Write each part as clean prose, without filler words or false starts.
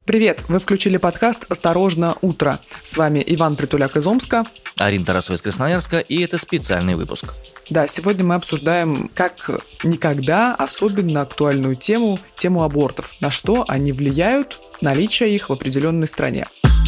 Привет! Вы включили подкаст «Осторожно, утро». С вами Иван Притуляк из Омска. Арина Тарасова из Красноярска, и это специальный выпуск. Да, сегодня мы обсуждаем как никогда особенно актуальную тему абортов. На что они влияют, наличие их в определенной стране.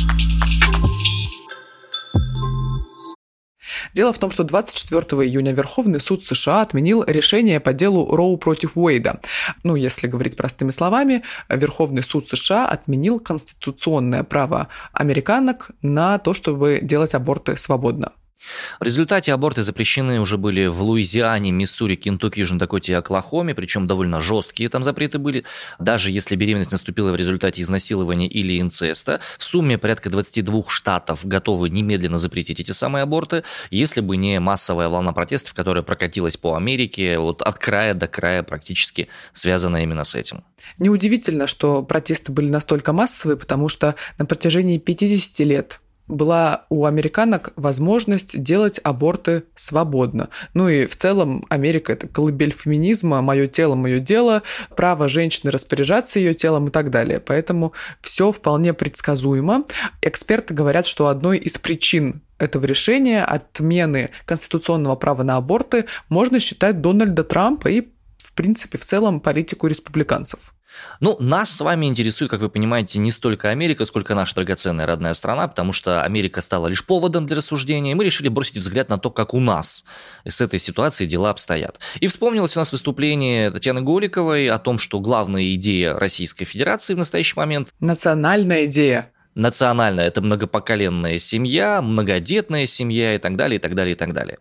Дело в том, что 24 июня Верховный суд США отменил решение по делу Роу против Уэйда. Если говорить простыми словами, Верховный суд США отменил конституционное право американок на то, чтобы делать аборты свободно. В результате аборты запрещены уже были в Луизиане, Миссури, Кентукки, Южной Дакоте и Оклахоме, причем довольно жесткие там запреты были, даже если беременность наступила в результате изнасилования или инцеста. В сумме порядка 22 штатов готовы немедленно запретить эти самые аборты, если бы не массовая волна протестов, которая прокатилась по Америке, от края до края практически связана именно с этим. Неудивительно, что протесты были настолько массовые, потому что на протяжении 50 лет была у американок возможность делать аборты свободно. И в целом Америка – это колыбель феминизма, «моё тело, моё дело», право женщины распоряжаться ее телом и так далее. Поэтому все вполне предсказуемо. Эксперты говорят, что одной из причин этого решения, отмены конституционного права на аборты, можно считать Дональда Трампа и, в принципе, в целом политику республиканцев. Нас с вами интересует, как вы понимаете, не столько Америка, сколько наша драгоценная родная страна, потому что Америка стала лишь поводом для рассуждения, и мы решили бросить взгляд на то, как у нас с этой ситуацией дела обстоят. И вспомнилось у нас выступление Татьяны Голиковой о том, что главная идея Российской Федерации в настоящий момент... Национальная идея. Национальная – это многопоколенная семья, многодетная семья и так далее, и так далее, и так далее.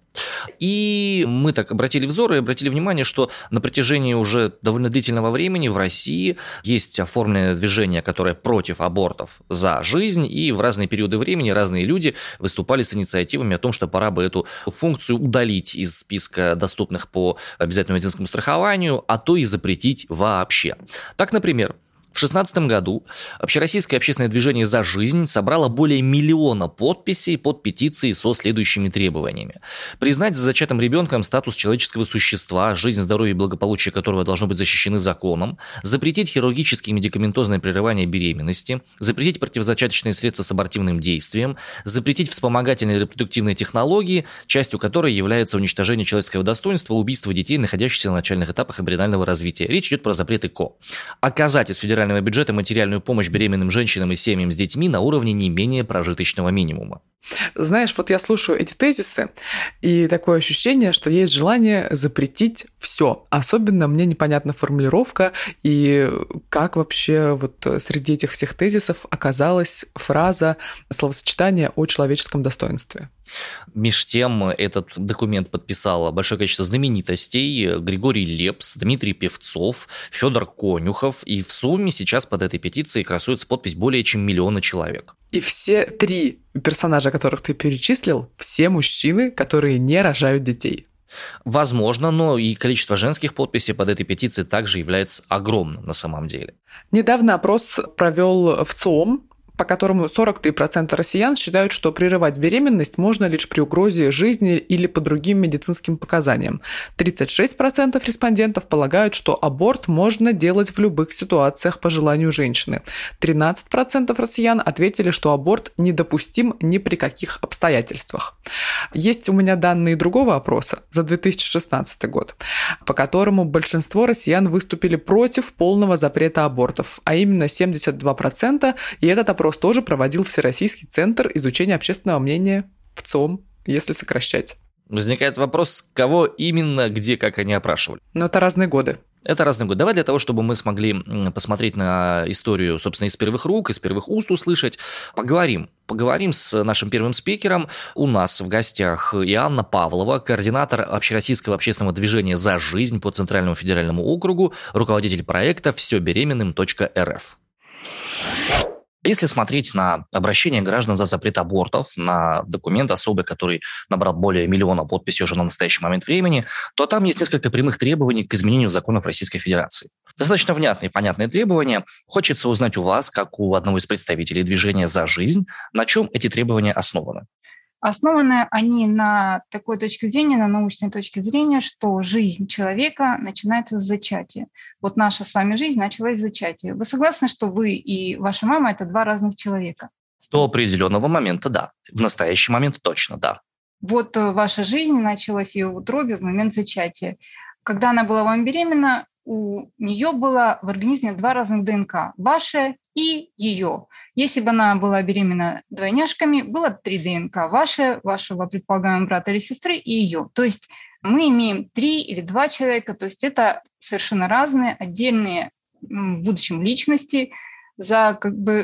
И мы так обратили взор и обратили внимание, что на протяжении уже довольно длительного времени в России есть оформленное движение, которое против абортов за жизнь, и в разные периоды времени разные люди выступали с инициативами о том, что пора бы эту функцию удалить из списка доступных по обязательному медицинскому страхованию, а то и запретить вообще. Так, например, в 2016 году Общероссийское общественное движение «За жизнь» собрало более 1 миллиона подписей под петицией со следующими требованиями. Признать за зачатым ребенком статус человеческого существа, жизнь, здоровье и благополучие которого должно быть защищены законом, запретить хирургические и медикаментозное прерывание беременности, запретить противозачаточные средства с абортивным действием, запретить вспомогательные репродуктивные технологии, частью которой является уничтожение человеческого достоинства, убийство детей, находящихся на начальных этапах эмбрионального развития. Речь идет про запреты КО. Оказать из федерального бюджета материальную помощь беременным женщинам и семьям с детьми на уровне не менее прожиточного минимума. Знаешь, я слушаю эти тезисы, и такое ощущение, что есть желание запретить все. Особенно мне непонятна формулировка, и как вообще среди этих всех тезисов оказалась фраза, словосочетание о человеческом достоинстве. Меж тем, этот документ подписало большое количество знаменитостей: Григорий Лепс, Дмитрий Певцов, Федор Конюхов, и в сумме сейчас под этой петицией красуется подпись более чем 1 миллиона человек. И все 3 персонажа, которых ты перечислил, все мужчины, которые не рожают детей. Возможно, но и количество женских подписей под этой петицией также является огромным на самом деле. Недавно опрос провел ВЦИОМ, по которому 43% россиян считают, что прерывать беременность можно лишь при угрозе жизни или по другим медицинским показаниям. 36% респондентов полагают, что аборт можно делать в любых ситуациях по желанию женщины. 13% россиян ответили, что аборт недопустим ни при каких обстоятельствах. Есть у меня данные другого опроса за 2016 год, по которому большинство россиян выступили против полного запрета абортов, а именно 72%, и этот опрос тоже проводил Всероссийский центр изучения общественного мнения, ВЦИОМ, если сокращать. Возникает вопрос, кого именно, где, как они опрашивали. Но это разные годы. Это разные годы. Давай для того, чтобы мы смогли посмотреть на историю, собственно, из первых рук, из первых уст услышать, поговорим с нашим первым спикером. У нас в гостях Ианна Павлова, координатор Общероссийского общественного движения «За жизнь» по Центральному федеральному округу, руководитель проекта «всёбеременным.рф». Если смотреть на обращение граждан за запрет абортов, на документ особый, который набрал более 1 миллиона подписей уже на настоящий момент времени, то там есть несколько прямых требований к изменению законов Российской Федерации. Достаточно внятные и понятные требования. Хочется узнать у вас, как у одного из представителей движения «За жизнь», на чем эти требования основаны. Основаны они на такой точке зрения, на научной точке зрения, что жизнь человека начинается с зачатия. Вот наша с вами жизнь началась с зачатия. Вы согласны, что вы и ваша мама – это два разных человека? До определенного момента, да. В настоящий момент точно, да. Вот ваша жизнь началась ее в утробе в момент зачатия. Когда она была вам беременна, у нее было в организме два разных ДНК – ваше и ее. Если бы она была беременна двойняшками, было 3 ДНК – ваше, вашего предполагаемого брата или сестры и ее. То есть мы имеем 3 или 2 человека, то есть это совершенно разные, отдельные в будущем личности, за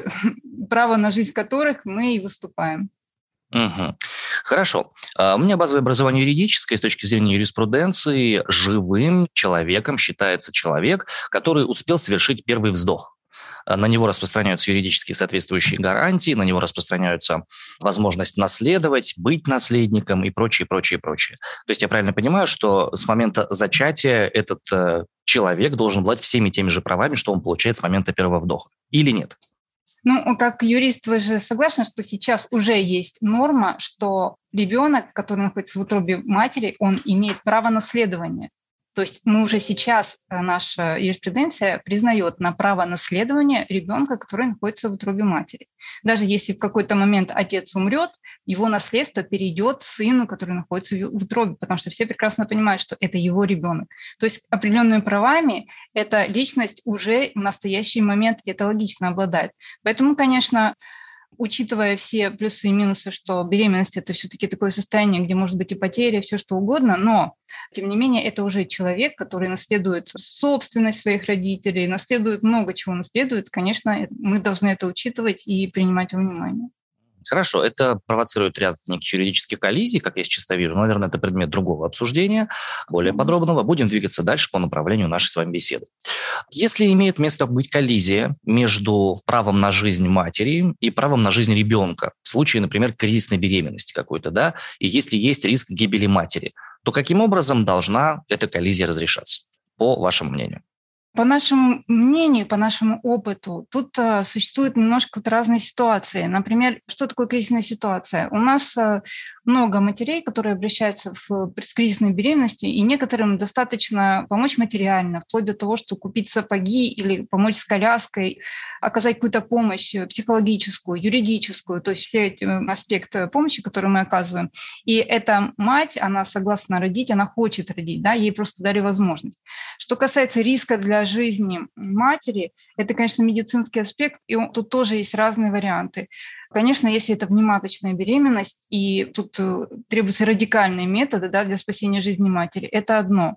право на жизнь которых мы и выступаем. Угу. Хорошо. У меня базовое образование юридическое. С точки зрения юриспруденции живым человеком считается человек, который успел совершить первый вздох. На него распространяются юридические соответствующие гарантии, на него распространяется возможность наследовать, быть наследником и прочее, прочее, прочее. То есть я правильно понимаю, что с момента зачатия этот человек должен обладать всеми теми же правами, что он получает с момента первого вдоха, или нет? Ну, как юрист, вы же согласны, что сейчас уже есть норма, что ребенок, который находится в утробе матери, он имеет право наследования. То есть мы уже сейчас, наша юриспруденция признает на право наследования ребенка, который находится в утробе матери. Даже если в какой-то момент отец умрет, его наследство перейдет сыну, который находится в утробе, потому что все прекрасно понимают, что это его ребенок. То есть определенными правами эта личность уже в настоящий момент, и это логично, обладает. Поэтому, конечно, учитывая все плюсы и минусы, что беременность – это все-таки такое состояние, где может быть и потеря, все что угодно, но, тем не менее, это уже человек, который наследует собственность своих родителей, наследует много чего наследует. Конечно, мы должны это учитывать и принимать во внимание. Хорошо, это провоцирует ряд неких юридических коллизий, как я сейчас вижу. Наверное, это предмет другого обсуждения, более подробного. Будем двигаться дальше по направлению нашей с вами беседы. Если имеет место быть коллизия между правом на жизнь матери и правом на жизнь ребенка, в случае, например, кризисной беременности какой-то, да, и если есть риск гибели матери, то каким образом должна эта коллизия разрешаться, по вашему мнению? По нашему мнению, по нашему опыту, тут существуют немножко разные ситуации. Например, что такое кризисная ситуация? У нас много матерей, которые обращаются в предкризисной беременности, и некоторым достаточно помочь материально, вплоть до того, что купить сапоги или помочь с коляской, оказать какую-то помощь психологическую, юридическую, то есть все эти аспекты помощи, которые мы оказываем. И эта мать, она согласна родить, она хочет родить, да, ей просто дали возможность. Что касается риска для жизни матери, это, конечно, медицинский аспект, и тут тоже есть разные варианты. Конечно, если это внематочная беременность, и тут требуются радикальные методы, да, для спасения жизни матери, это одно.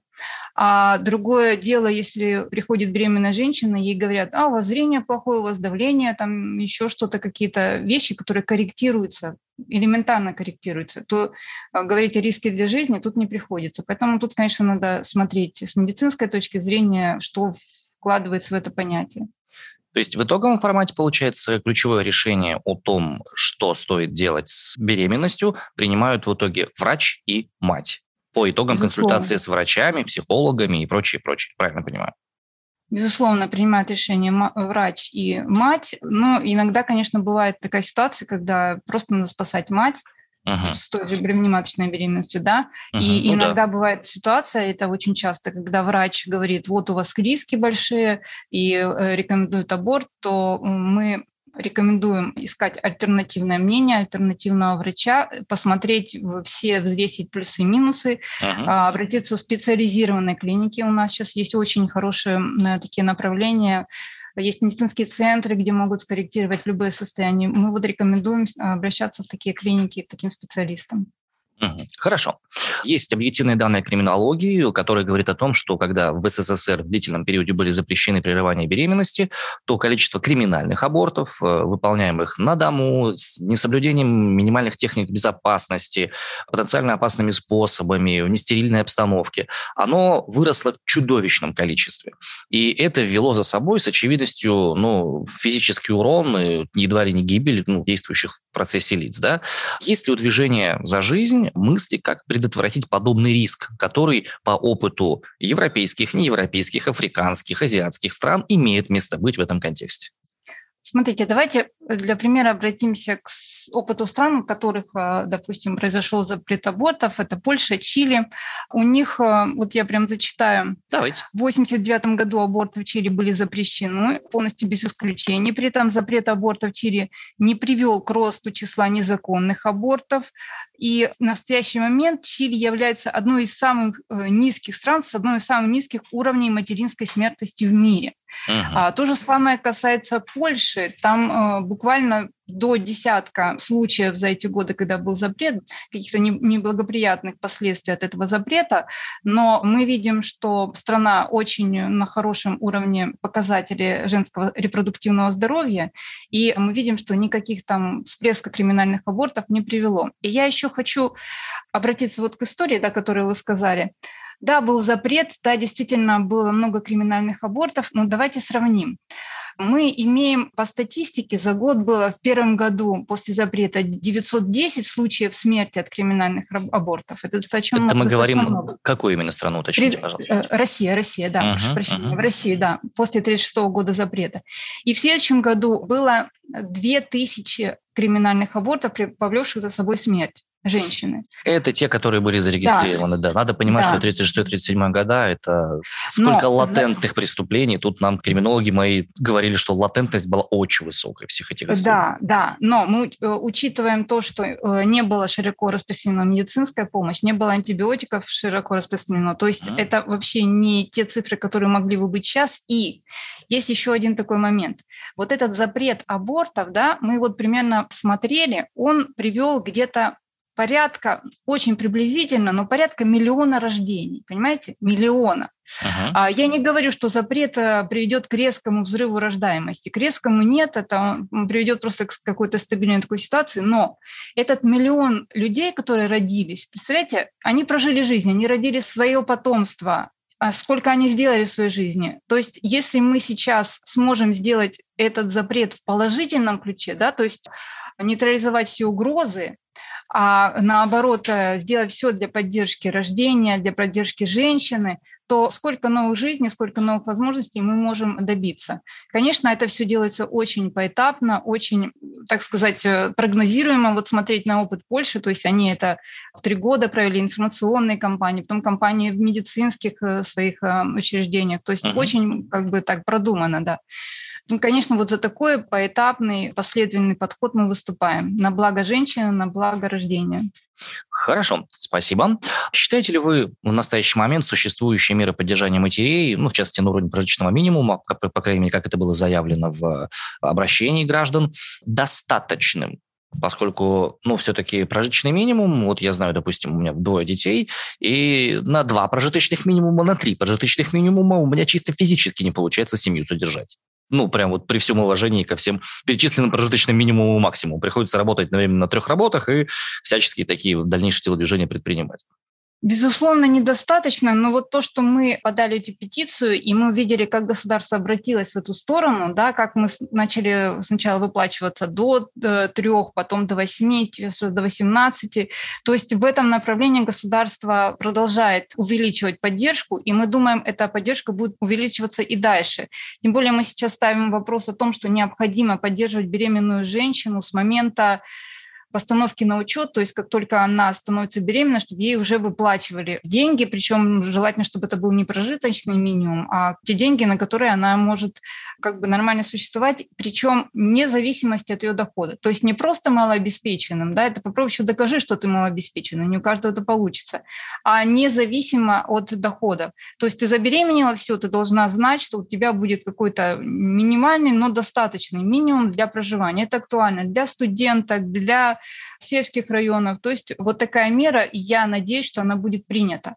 А другое дело, если приходит беременная женщина, ей говорят, у вас зрение плохое, у вас давление, там еще что-то, какие-то вещи, которые корректируются, элементарно корректируются, то говорить о риске для жизни тут не приходится. Поэтому тут, конечно, надо смотреть с медицинской точки зрения, что вкладывается в это понятие. То есть в итоговом формате, получается, ключевое решение о том, что стоит делать с беременностью, принимают в итоге врач и мать по итогам консультации с врачами, психологами и прочее, прочее. Правильно понимаю? Безусловно, принимает решение врач и мать. Но иногда, конечно, бывает такая ситуация, когда просто надо спасать мать с той же внематочной беременностью, да. И иногда бывает ситуация, это очень часто, когда врач говорит, вот у вас риски большие и рекомендует аборт, то мы рекомендуем искать альтернативное мнение, альтернативного врача, посмотреть все, взвесить плюсы и минусы, обратиться в специализированные клиники. У нас сейчас есть очень хорошие такие направления. Есть медицинские центры, где могут скорректировать любые состояния. Мы рекомендуем обращаться в такие клиники к таким специалистам. Хорошо. Есть объективные данные криминологии, которые говорят о том, что когда в СССР в длительном периоде были запрещены прерывания беременности, то количество криминальных абортов, выполняемых на дому, с несоблюдением минимальных техник безопасности, потенциально опасными способами, в нестерильной обстановке, оно выросло в чудовищном количестве. И это ввело за собой с очевидностью физический урон, едва ли не гибель действующих в процессе лиц. Да? Есть ли у движения «За жизнь» мысли, как предотвратить подобный риск, который по опыту европейских, неевропейских, африканских, азиатских стран имеет место быть в этом контексте? Смотрите, давайте для примера обратимся к опыту стран, в которых, допустим, произошел запрет абортов, это Польша, Чили. У них, вот я прям зачитаю, Давайте. в 1989 году аборты в Чили были запрещены, полностью без исключений. При этом запрет аборта в Чили не привел к росту числа незаконных абортов. И в настоящий момент Чили является одной из самых низких стран с одной из самых низких уровней материнской смертности в мире. То же самое касается Польши. Там буквально до десятка случаев за эти годы, когда был запрет, каких-то неблагоприятных последствий от этого запрета. Но мы видим, что страна очень на хорошем уровне показателей женского репродуктивного здоровья, и мы видим, что никаких там всплесков криминальных абортов не привело. И я еще хочу обратиться вот к истории, да, которую вы сказали. Да, был запрет, да, действительно было много криминальных абортов, но давайте сравним. Мы имеем по статистике, за год было в первом году после запрета 910 случаев смерти от криминальных абортов. Это достаточно много. Это мы говорим, много. Какую именно страну, уточните, пожалуйста? Россия, да, прошу прощения. В России, да, после 1936 года запрета. И в следующем году было 2000 криминальных абортов, повлекших за собой смерть женщины. Это те, которые были зарегистрированы, да. Надо понимать, что 36-37 года – это сколько латентных преступлений. Тут нам криминологи мои говорили, что латентность была очень высокой всех этих историй. Да. Но мы учитываем то, что не было широко распространена медицинская помощь, не было антибиотиков широко распространено. То есть это вообще не те цифры, которые могли бы быть сейчас. И есть еще один такой момент. Вот этот запрет абортов, да, мы вот примерно смотрели, он привел где-то порядка, очень приблизительно, но порядка 1 миллиона рождений, понимаете? 1 миллиона. Я не говорю, что запрет приведет к резкому взрыву рождаемости. К резкому нет, это приведет просто к какой-то стабильной такой ситуации, но этот 1 миллион людей, которые родились, представляете, они прожили жизнь, они родили свое потомство, сколько они сделали в своей жизни. То есть если мы сейчас сможем сделать этот запрет в положительном ключе, да, то есть нейтрализовать все угрозы, а наоборот сделать все для поддержки рождения, для поддержки женщины, то сколько новых жизней, сколько новых возможностей мы можем добиться. Конечно, это все делается очень поэтапно, очень, так сказать, прогнозируемо. Вот смотреть на опыт Польши, то есть они это в 3 года провели информационные кампании, потом кампании в медицинских своих учреждениях. То есть очень как бы так продумано, да. Ну, конечно, вот за такой поэтапный, последовательный подход мы выступаем на благо женщины, на благо рождения. Хорошо, спасибо. Считаете ли вы в настоящий момент существующие меры поддержания матерей, в частности, на уровне прожиточного минимума, по крайней мере, как это было заявлено в обращении граждан, достаточным? Поскольку, все-таки прожиточный минимум, вот я знаю, допустим, у меня 2 детей, и на 2 прожиточных минимума, на 3 прожиточных минимума у меня чисто физически не получается семью содержать. Прям вот при всем уважении ко всем перечисленным прожиточным минимуму и максимуму. Приходится работать, наверное, на 3 работах и всяческие такие дальнейшие телодвижения предпринимать. Безусловно, недостаточно, но вот то, что мы подали эту петицию, и мы увидели, как государство обратилось в эту сторону, да, как мы начали сначала выплачиваться до 3, потом до 8, до 18. То есть в этом направлении государство продолжает увеличивать поддержку, и мы думаем, эта поддержка будет увеличиваться и дальше. Тем более мы сейчас ставим вопрос о том, что необходимо поддерживать беременную женщину с момента постановки на учет, то есть как только она становится беременна, чтобы ей уже выплачивали деньги, причем желательно, чтобы это был не прожиточный минимум, а те деньги, на которые она может как бы нормально существовать, причем вне зависимости от ее дохода. То есть не просто малообеспеченным, да, это попробуй еще докажи, что ты малообеспеченный, не у каждого это получится, а независимо от дохода. То есть ты забеременела, все, ты должна знать, что у тебя будет какой-то минимальный, но достаточный минимум для проживания. Это актуально для студенток, для сельских районов. То есть вот такая мера, и я надеюсь, что она будет принята.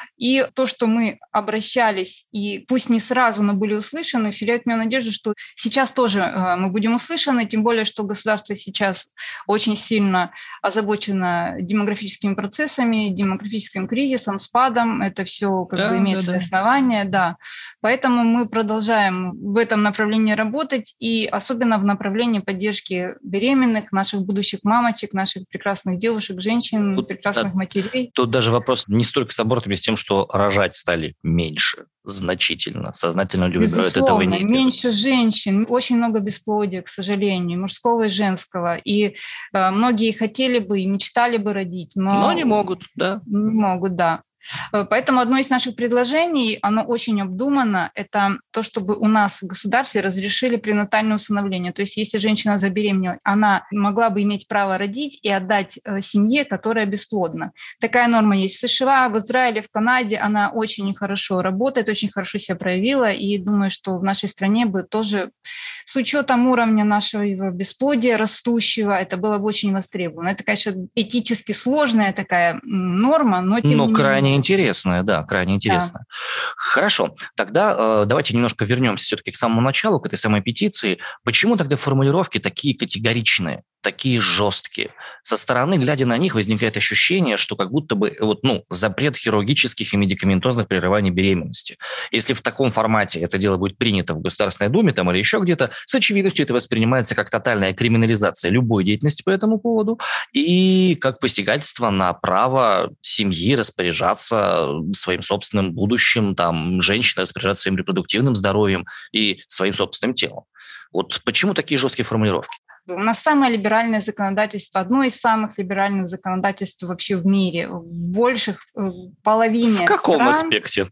И то, что мы обращались, и пусть не сразу, но были услышаны, вселяет в меня надежду, что сейчас тоже мы будем услышаны, тем более, что государство сейчас очень сильно озабочено демографическими процессами, демографическим кризисом, спадом. Это все как бы имеет свои основания. Да. Поэтому мы продолжаем в этом направлении работать, и особенно в направлении поддержки беременных, наших будущих мамочек, наших прекрасных девушек, женщин, прекрасных матерей. Тут даже вопрос не столько с абортами, с тем, что рожать стали меньше. значительно. Сознательно ли выбирают этого не меньше женщин, очень много бесплодия, к сожалению, мужского и женского. И многие хотели бы и мечтали бы родить, но не могут, да. Не могут, да. Поэтому одно из наших предложений, оно очень обдумано, это то, чтобы у нас в государстве разрешили пренатальное усыновление. То есть если женщина забеременела, она могла бы иметь право родить и отдать семье, которая бесплодна. Такая норма есть в США, в Израиле, в Канаде. Она очень хорошо работает, очень хорошо себя проявила. И думаю, что в нашей стране бы тоже с учетом уровня нашего бесплодия растущего, это было бы очень востребовано. Это, конечно, этически сложная такая норма, но тем не менее. Крайне интересная, да, крайне интересная. Да. Хорошо, тогда давайте немножко вернемся все-таки к самому началу, к этой самой петиции. Почему тогда формулировки такие категоричные, такие жесткие? Со стороны, глядя на них, возникает ощущение, что как будто бы запрет хирургических и медикаментозных прерываний беременности. Если в таком формате это дело будет принято в Государственной Думе или еще где-то, с очевидностью это воспринимается как тотальная криминализация любой деятельности по этому поводу и как посягательство на право семьи распоряжаться своим собственным будущим, женщина распоряжаться своим репродуктивным здоровьем и своим собственным телом. Вот почему такие жесткие формулировки? У нас самое либеральное законодательство, одно из самых либеральных законодательств вообще в мире. В больших половине В каком стран... аспекте?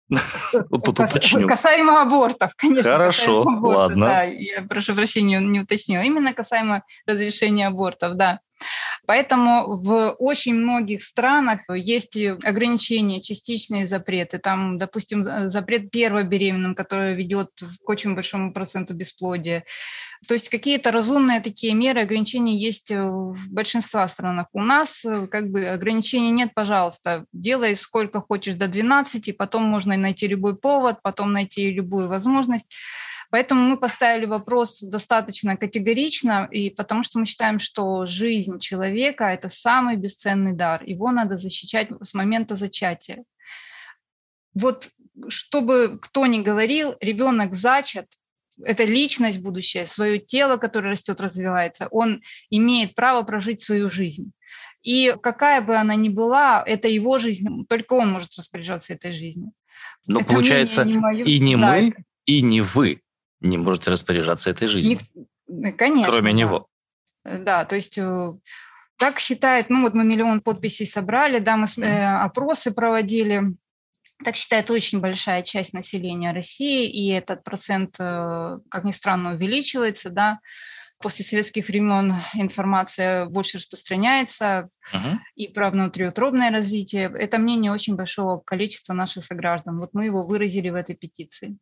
Касаемо абортов, конечно. Хорошо, ладно. Да, я прошу прощения, не уточнила. Именно касаемо разрешения абортов, да. Поэтому в очень многих странах есть ограничения, частичные запреты. Там, допустим, запрет первобеременным, который ведет к очень большому проценту бесплодия. То есть какие-то разумные такие меры, ограничения есть в большинстве стран. У нас ограничений нет, пожалуйста. Делай сколько хочешь до 12, потом можно найти любой повод, потом найти любую возможность. Поэтому мы поставили вопрос достаточно категорично, и потому что мы считаем, что жизнь человека – это самый бесценный дар. Его надо защищать с момента зачатия. Вот чтобы кто ни говорил, ребенок зачат, это личность будущая, свое тело, которое растет, развивается, он имеет право прожить свою жизнь. И какая бы она ни была, это его жизнь, только он может распоряжаться этой жизнью. Но это получается, и не мы, и не вы не можете распоряжаться этой жизнью. Конечно. Кроме него. Да, то есть так считает, мы 1 миллион подписей собрали, да, мы опросы проводили. Так считает очень большая часть населения России, и этот процент, как ни странно, увеличивается, да. После советских времен информация больше распространяется, и про внутриутробное развитие. Это мнение очень большого количества наших сограждан. Вот мы его выразили в этой петиции.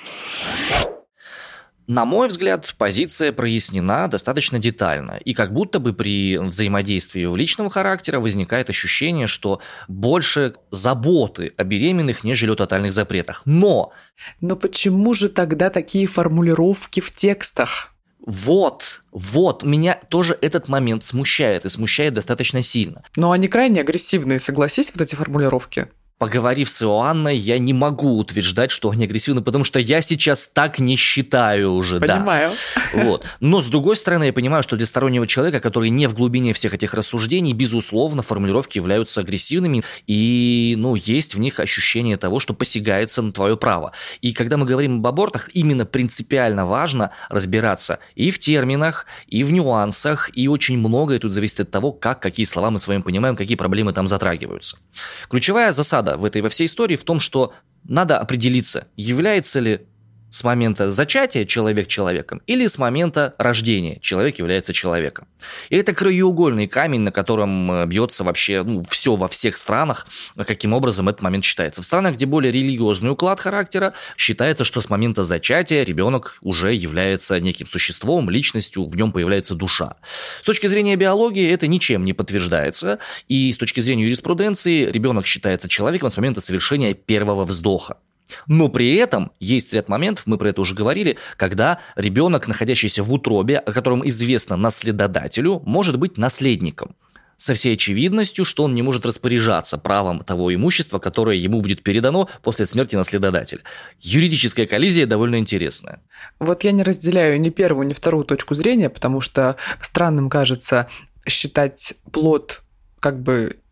На мой взгляд, позиция прояснена достаточно детально, и как будто бы при взаимодействии личного характера возникает ощущение, что больше заботы о беременных, нежели о тотальных запретах. Но почему же тогда такие формулировки в текстах? Вот, меня тоже этот момент смущает, и смущает достаточно сильно. Но они крайне агрессивные, согласись, вот эти формулировки? Поговорив с Иоанной, я не могу утверждать, что они агрессивны, потому что я сейчас так не считаю уже. Понимаю. Да. Вот. Но, с другой стороны, я понимаю, что для стороннего человека, который не в глубине всех этих рассуждений, безусловно, формулировки являются агрессивными, и есть в них ощущение того, что посягается на твое право. И когда мы говорим об абортах, именно принципиально важно разбираться и в терминах, и в нюансах, и очень многое тут зависит от того, какие слова мы с вами понимаем, какие проблемы там затрагиваются. Ключевая засада во всей истории в том, что надо определиться, является ли с момента зачатия человек человеком или с момента рождения человек является человеком. И это краеугольный камень, на котором бьется вообще все во всех странах, каким образом этот момент считается. В странах, где более религиозный уклад характера, считается, что с момента зачатия ребенок уже является неким существом, личностью, в нем появляется душа. С точки зрения биологии это ничем не подтверждается, и с точки зрения юриспруденции ребенок считается человеком с момента совершения первого вздоха. Но при этом есть ряд моментов, мы про это уже говорили, когда ребенок, находящийся в утробе, о котором известно наследодателю, может быть наследником. Со всей очевидностью, что он не может распоряжаться правом того имущества, которое ему будет передано после смерти наследодателя. Юридическая коллизия довольно интересная. Вот я не разделяю ни первую, ни вторую точку зрения, потому что странным кажется считать плод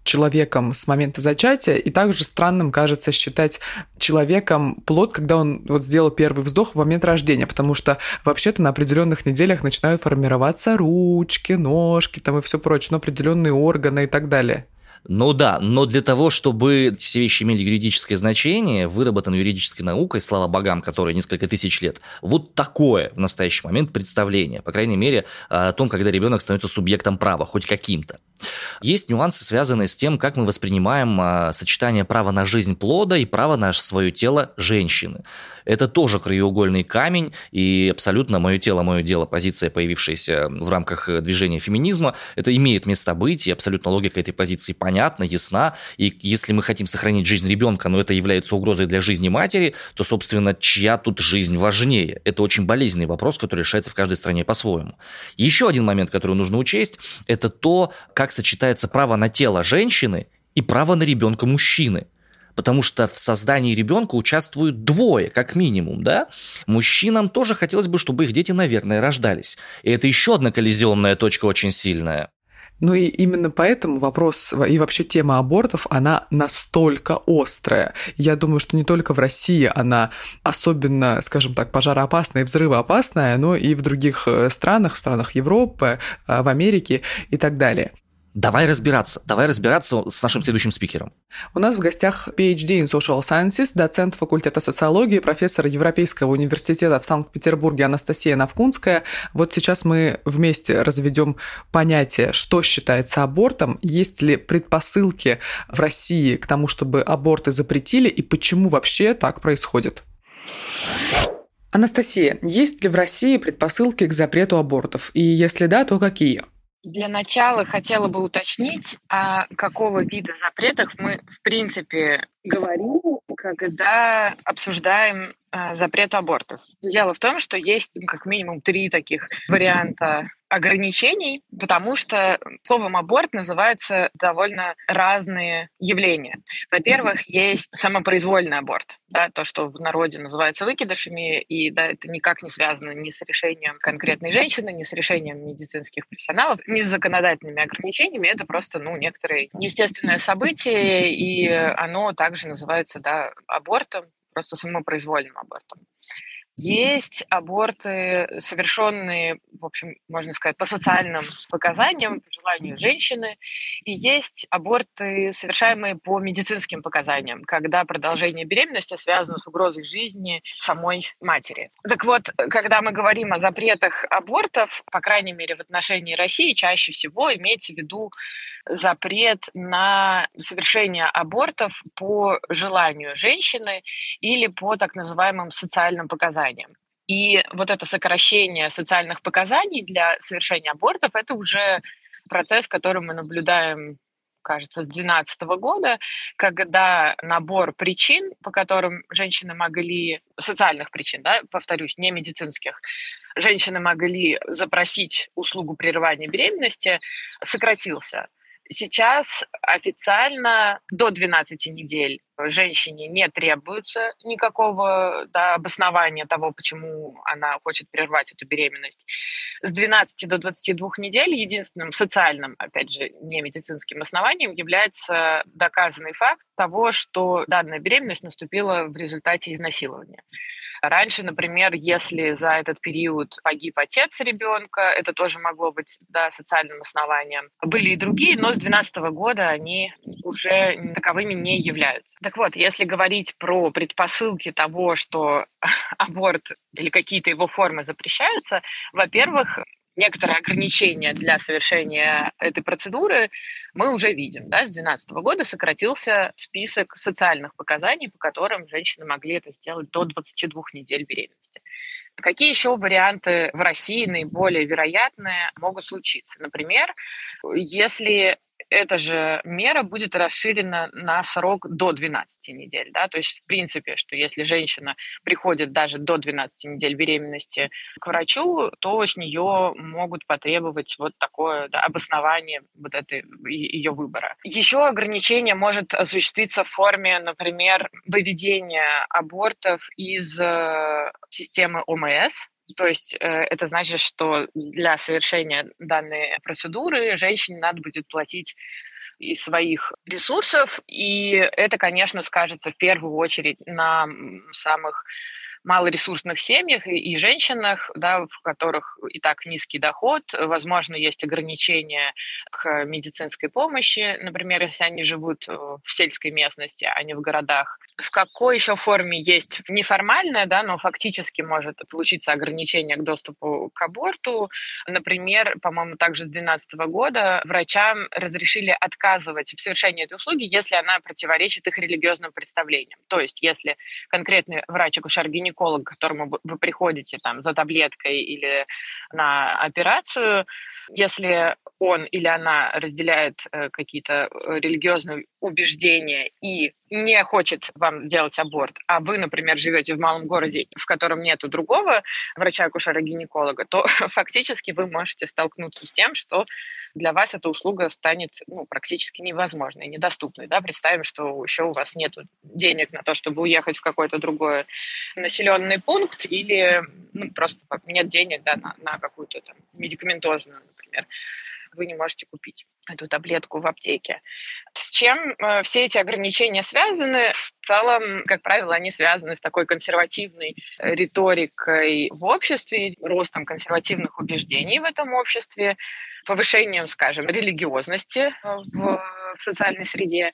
человеком с момента зачатия, и также странным кажется считать человеком плод, когда он вот сделал первый вздох в момент рождения, потому что вообще-то на определенных неделях начинают формироваться ручки, ножки там и все прочее, но определенные органы и так далее. Ну да, но для того, чтобы все вещи имели юридическое значение, выработано юридической наукой, слава богам, которой несколько тысяч лет, вот такое в настоящий момент представление, по крайней мере, о том, когда ребенок становится субъектом права, хоть каким-то. Есть нюансы, связанные с тем, как мы воспринимаем сочетание права на жизнь плода и права на свое тело женщины. Это тоже краеугольный камень, и абсолютно «мое тело, мое дело» позиция, появившаяся в рамках движения феминизма, это имеет место быть, и абсолютно логика этой позиции понятна, ясна, и если мы хотим сохранить жизнь ребенка, но это является угрозой для жизни матери, то, собственно, чья тут жизнь важнее? Это очень болезненный вопрос, который решается в каждой стране по-своему. Еще один момент, который нужно учесть, это то, как сочетается право на тело женщины и право на ребенка мужчины. Потому что в создании ребенка участвуют двое, как минимум, да? Мужчинам тоже хотелось бы, чтобы их дети, наверное, рождались. И это еще одна коллизионная точка очень сильная. Ну и именно поэтому вопрос и вообще тема абортов, она настолько острая. Я думаю, что не только в России она особенно, скажем так, пожароопасная и взрывоопасная, но и в других странах, в странах Европы, в Америке и так далее. Давай разбираться с нашим следующим спикером. У нас в гостях PhD in Social Sciences, доцент факультета социологии, профессор Европейского университета в Санкт-Петербурге Анастасия Навкунская. Вот сейчас мы вместе разведем понятие, что считается абортом, есть ли предпосылки в России к тому, чтобы аборты запретили, и почему вообще так происходит. Анастасия, есть ли в России предпосылки к запрету абортов? И если да, то какие? Для начала хотела бы уточнить, о какого вида запретах мы, в принципе, говорим, когда обсуждаем запрет абортов. Дело в том, что есть как минимум 3 таких варианта ограничений, потому что словом аборт называются довольно разные явления. Во-первых, есть самопроизвольный аборт, да, то, что в народе называется выкидышами, и да, это никак не связано ни с решением конкретной женщины, ни с решением медицинских профессионалов, ни с законодательными ограничениями. Это просто некоторое естественное событие, и оно также называется абортом, просто самопроизвольным абортом. Есть аборты, совершенные, в общем, можно сказать, по социальным показаниям, по желанию женщины, и есть аборты, совершаемые по медицинским показаниям, когда продолжение беременности связано с угрозой жизни самой матери. Так вот, когда мы говорим о запретах абортов, по крайней мере, в отношении России, чаще всего имеется в виду запрет на совершение абортов по желанию женщины или по так называемым социальным показаниям. И вот это сокращение социальных показаний для совершения абортов – это уже процесс, который мы наблюдаем, кажется, с 2012 года, когда набор причин, по которым женщины могли, социальных причин, повторюсь, не медицинских, женщины могли запросить услугу прерывания беременности, сократился. Сейчас официально до 12 недель женщине не требуется никакого обоснования того, почему она хочет прервать эту беременность. С 12 до 22 недель единственным социальным, опять же, не медицинским основанием является доказанный факт того, что данная беременность наступила в результате изнасилования. Раньше, например, если за этот период погиб отец ребенка, это тоже могло быть социальным основанием. Были и другие, но с 2012 года они уже таковыми не являются. Так вот, если говорить про предпосылки того, что аборт или какие-то его формы запрещаются, во-первых, некоторые ограничения для совершения этой процедуры мы уже видим. С 2012 года сократился список социальных показаний, по которым женщины могли это сделать до 22 недель беременности. Какие еще варианты в России наиболее вероятные могут случиться? Например, если эта же мера будет расширена на срок до 12 недель. То есть, в принципе, что если женщина приходит даже до 12 недель беременности к врачу, то с нее могут потребовать вот такое обоснование вот этой ее выбора. Еще ограничение может осуществиться в форме, например, выведения абортов из системы ОМС. То есть это значит, что для совершения данной процедуры женщине надо будет платить из своих ресурсов, и это, конечно, скажется в первую очередь на самых малоресурсных семьях и женщинах, да, в которых и так низкий доход, возможно, есть ограничения к медицинской помощи, например, если они живут в сельской местности, а не в городах. В какой еще форме есть неформальное, да, но фактически может получиться ограничение к доступу к аборту. Например, по-моему, также с 2012 года врачам разрешили отказывать в совершении этой услуги, если она противоречит их религиозным представлениям. То есть, если конкретный врач-акушер-гинеколог, к которому вы приходите там, за таблеткой или на операцию, если он или она разделяет какие-то религиозные убеждения и не хочет вам делать аборт, а вы, например, живете в малом городе, в котором нету другого врача-акушера-гинеколога, то фактически вы можете столкнуться с тем, что для вас эта услуга станет практически невозможной, недоступной. Да? Представим, что еще у вас нет денег на то, чтобы уехать в какой-то другой населенный пункт, или просто нет денег, да, на какую-то там медикаментозную, например, вы не можете купить эту таблетку в аптеке. С чем все эти ограничения связаны? В целом, как правило, они связаны с такой консервативной риторикой в обществе, ростом консервативных убеждений в этом обществе, повышением, скажем, религиозности в социальной среде.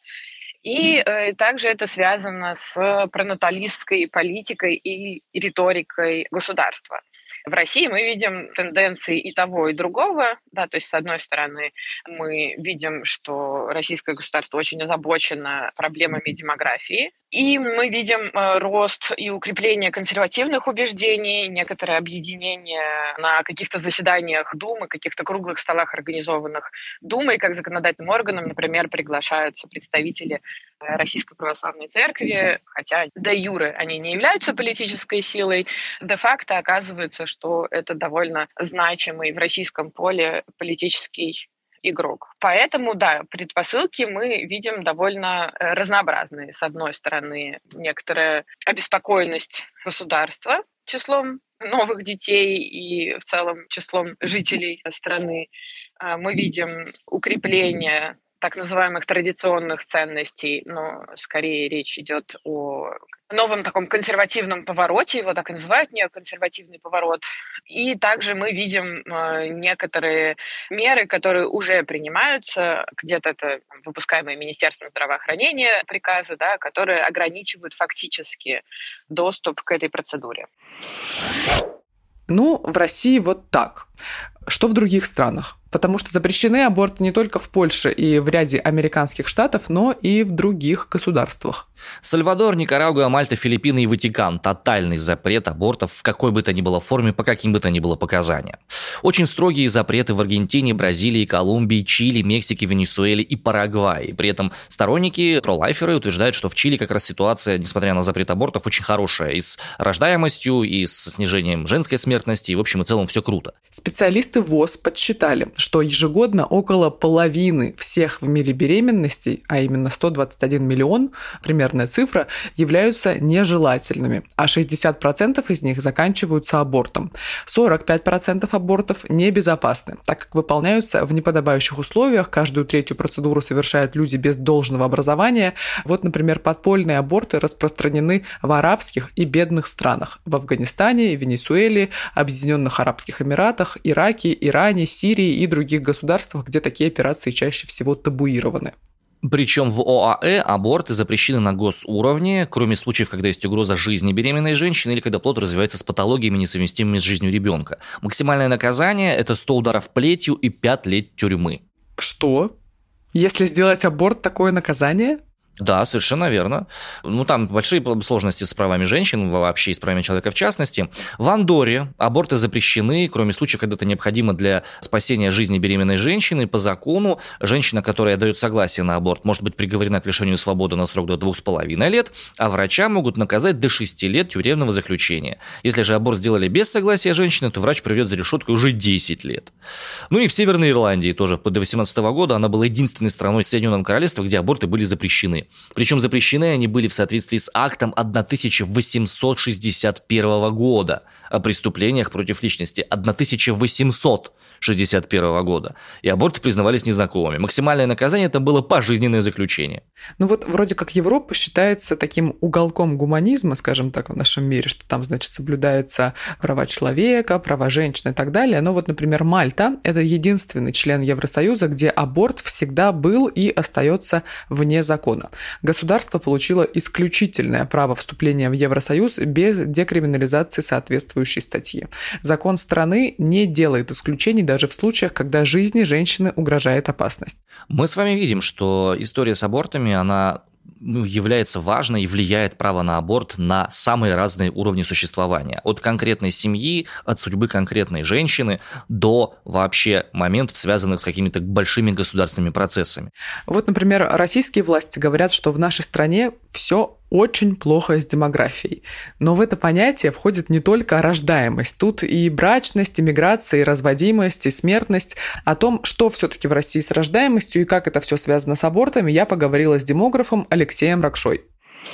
И также это связано с пронаталистской политикой и риторикой государства. В России мы видим тенденции и того, и другого. Да, то есть, с одной стороны, мы видим, что российское государство очень озабочено проблемами демографии. И мы видим рост и укрепление консервативных убеждений, некоторое объединение на каких-то заседаниях Думы, каких-то круглых столах, организованных Думой, как законодательным органом, например, приглашаются представители Российской Православной Церкви, хотя де-юре они не являются политической силой, де-факто оказывается, что это довольно значимый в российском поле политический игрок. Поэтому, да, предпосылки мы видим довольно разнообразные. С одной стороны, некоторая обеспокоенность государства числом новых детей и в целом числом жителей страны. Мы видим укрепление так называемых традиционных ценностей, но скорее речь идет о новом таком консервативном повороте, его так и называют, неоконсервативный поворот. И также мы видим некоторые меры, которые уже принимаются, где-то это выпускаемые Министерством здравоохранения приказы, да, которые ограничивают фактически доступ к этой процедуре. В России вот так. Что в других странах? Потому что запрещены аборты не только в Польше и в ряде американских штатов, но и в других государствах. Сальвадор, Никарагуа, Мальта, Филиппины и Ватикан. Тотальный запрет абортов в какой бы то ни было форме, по каким бы то ни было показаниям. Очень строгие запреты в Аргентине, Бразилии, Колумбии, Чили, Мексике, Венесуэле и Парагвае. При этом сторонники, пролайферы утверждают, что в Чили как раз ситуация, несмотря на запрет абортов, очень хорошая. И с рождаемостью, и с снижением женской смертности, и в общем и целом все круто. Специалисты ВОЗ подсчитали, что ежегодно около половины всех в мире беременностей, а именно 121 миллион, примерная цифра, являются нежелательными, а 60% из них заканчиваются абортом. 45% абортов небезопасны, так как выполняются в неподобающих условиях, каждую третью процедуру совершают люди без должного образования. Вот, например, подпольные аборты распространены в арабских и бедных странах – в Афганистане, Венесуэле, Объединенных Арабских Эмиратах, Ираке, Иране, Сирии и других государствах, где такие операции чаще всего табуированы. Причем в ОАЭ аборты запрещены на госуровне, кроме случаев, когда есть угроза жизни беременной женщины или когда плод развивается с патологиями, несовместимыми с жизнью ребенка. Максимальное наказание – это 100 ударов плетью и 5 лет тюрьмы. Что? Если сделать аборт, такое наказание? Да, совершенно верно. Там большие сложности с правами женщин, вообще и с правами человека в частности. В Андорре аборты запрещены, кроме случаев, когда это необходимо для спасения жизни беременной женщины. По закону, женщина, которая дает согласие на аборт, может быть приговорена к лишению свободы на срок до 2,5 лет, а врача могут наказать до 6 лет тюремного заключения. Если же аборт сделали без согласия женщины, то врач приведет за решетку уже 10 лет. И в Северной Ирландии тоже до 2018 года она была единственной страной Соединенного Королевства, где аборты были запрещены. жизни. Причем запрещены они были в соответствии с актом 1861 года о преступлениях против личности 1861 года. И аборты признавались незаконными. Максимальное наказание это было пожизненное заключение. Ну вот вроде как Европа считается таким уголком гуманизма, скажем так, в нашем мире, что там, значит, соблюдаются права человека, права женщин и так далее. Но вот, например, Мальта – это единственный член Евросоюза, где аборт всегда был и остается вне закона. Государство получило исключительное право вступления в Евросоюз без декриминализации соответствующей статьи. Закон страны не делает исключений даже в случаях, когда жизни женщины угрожает опасность. Мы с вами видим, что история с абортами, она является важной и влияет право на аборт на самые разные уровни существования. От конкретной семьи, от судьбы конкретной женщины до вообще моментов, связанных с какими-то большими государственными процессами. Вот, например, российские власти говорят, что в нашей стране все очень плохо с демографией. Но в это понятие входит не только рождаемость. Тут и брачность, и миграция, и разводимость, и смертность. О том, что все-таки в России с рождаемостью и как это все связано с абортами, я поговорила с демографом Алексеем Ракшой.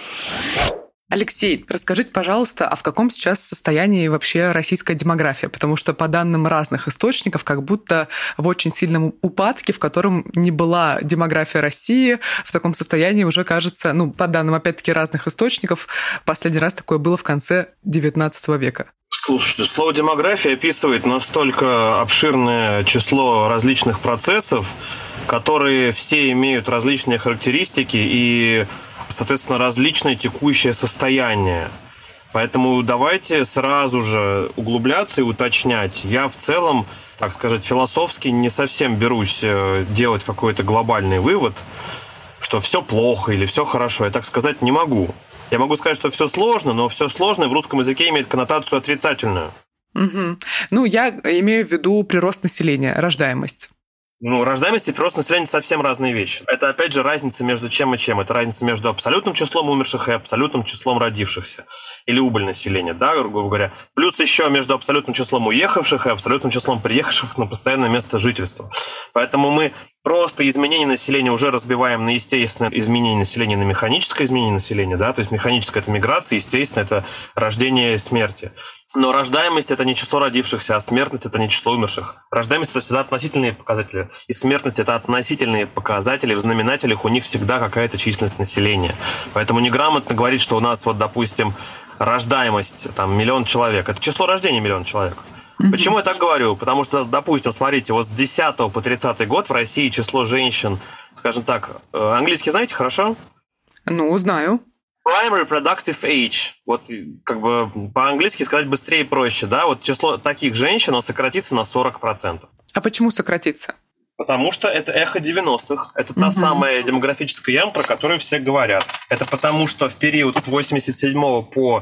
Алексей, расскажите, пожалуйста, а в каком сейчас состоянии вообще российская демография? Потому что по данным разных источников, как будто в очень сильном упадке, в котором не была демография России, в таком состоянии уже кажется, по данным, опять-таки, разных источников, последний раз такое было в конце XIX века. Слушайте, слово «демография» описывает настолько обширное число различных процессов, которые все имеют различные характеристики и, соответственно, различное текущее состояние. Поэтому давайте сразу же углубляться и уточнять. Я в целом, так сказать, философски не совсем берусь делать какой-то глобальный вывод, что все плохо или все хорошо. Я так сказать не могу. Я могу сказать, что все сложно, но все сложное в русском языке имеет коннотацию отрицательную. Угу. Я имею в виду прирост населения, рождаемость. Рождаемость и прирост населения – совсем разные вещи. Это, опять же, разница между чем и чем. Это разница между абсолютным числом умерших и абсолютным числом родившихся. Или убыль населения, да, грубо говоря. Плюс еще между абсолютным числом уехавших и абсолютным числом приехавших на постоянное место жительства. Поэтому мы просто изменение населения уже разбиваем на естественное изменение населения, на механическое изменение населения, да, то есть механическое – это миграция, естественно, это рождение и смерти. Но рождаемость – это не число родившихся, а смертность – это не число умерших. Рождаемость – это всегда относительные показатели, и смертность – это относительные показатели, в знаменателях у них всегда какая-то численность населения. Поэтому неграмотно говорить, что у нас, допустим, рождаемость, 1 миллион человек – это число рождения 1 миллион человек. Почему я так говорю? Потому что, допустим, смотрите, с 10 по 30 год в России число женщин, скажем так, английский знаете хорошо? Знаю. Primary Reproductive Age. По-английски сказать быстрее и проще, да? Число таких женщин, оно сократится на 40%. А почему сократится? Потому что это эхо 90-х. Это та самая демографическая яма, про которую все говорят. Это потому, что в период с 87 по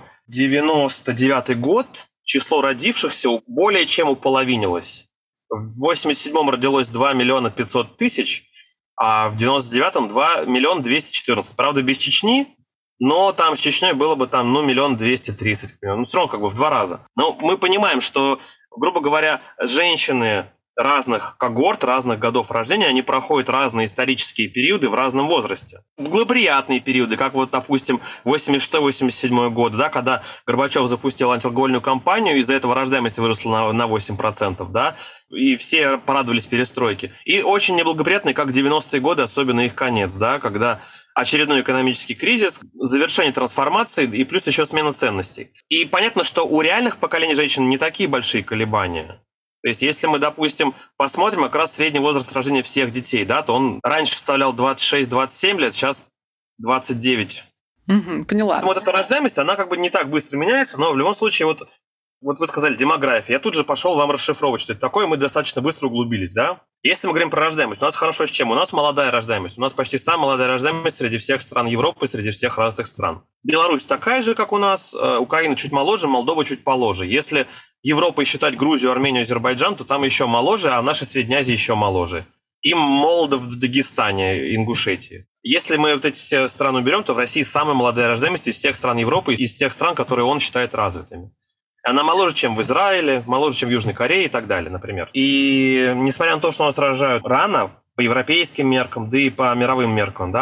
99 год число родившихся более чем уполовинилось. В 87-м родилось 2 миллиона 500 тысяч, а в 99-м 2 миллиона 214. Правда, без Чечни, но там с Чечней было бы 1 миллион 230. Все равно в 2 раза. Но мы понимаем, что, грубо говоря, женщины разных когорт, разных годов рождения, они проходят разные исторические периоды в разном возрасте. Благоприятные периоды, как допустим, 86-87 годы, да, когда Горбачев запустил антиалкогольную кампанию, из-за этого рождаемость выросла на 8%, да, и все порадовались перестройке. И очень неблагоприятные, как 90-е годы, особенно их конец, да, когда очередной экономический кризис, завершение трансформации и плюс еще смена ценностей. И понятно, что у реальных поколений женщин не такие большие колебания. То есть, если мы, допустим, посмотрим как раз средний возраст рождения всех детей, да, то он раньше составлял 26-27 лет, сейчас 29. Поняла. Эта рождаемость, она не так быстро меняется, но в любом случае, вы сказали демография. Я тут же пошел вам расшифровывать, что это такое, мы достаточно быстро углубились, да? Если мы говорим про рождаемость, у нас хорошо с чем? У нас молодая рождаемость. У нас почти самая молодая рождаемость среди всех стран Европы, среди всех разных стран. Беларусь такая же, как у нас, Украина чуть моложе, Молдова чуть моложе. Если Европой считать Грузию, Армению, Азербайджан, то там еще моложе, а в нашей Средней Азии еще моложе. И Молдов в Дагестане, Ингушетии. Если мы эти все страны берем, то в России самая молодая рождаемость из всех стран Европы, из всех стран, которые он считает развитыми. Она моложе, чем в Израиле, моложе, чем в Южной Корее и так далее, например. И несмотря на то, что нас рожают рано, по европейским меркам, да и по мировым меркам, да,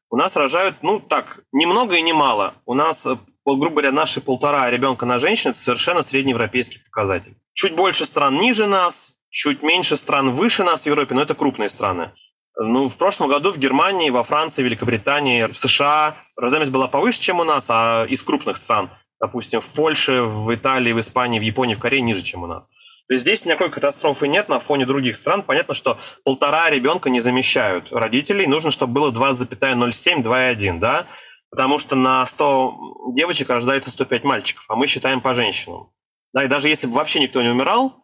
у нас рожают, ни много и ни мало. У нас, грубо говоря, наши 1,5 ребенка на женщину – это совершенно среднеевропейский показатель. Чуть больше стран ниже нас, чуть меньше стран выше нас в Европе, но это крупные страны. В прошлом году в Германии, во Франции, Великобритании, в США рождаемость была повыше, чем у нас, а из крупных стран, допустим, в Польше, в Италии, в Испании, в Японии, в Корее ниже, чем у нас. То есть здесь никакой катастрофы нет на фоне других стран. Понятно, что 1,5 ребенка не замещают родителей. Нужно, чтобы было 2,07, 2,1, да? Потому что на 100 девочек рождается 105 мальчиков, а мы считаем по женщинам. Да, и даже если бы вообще никто не умирал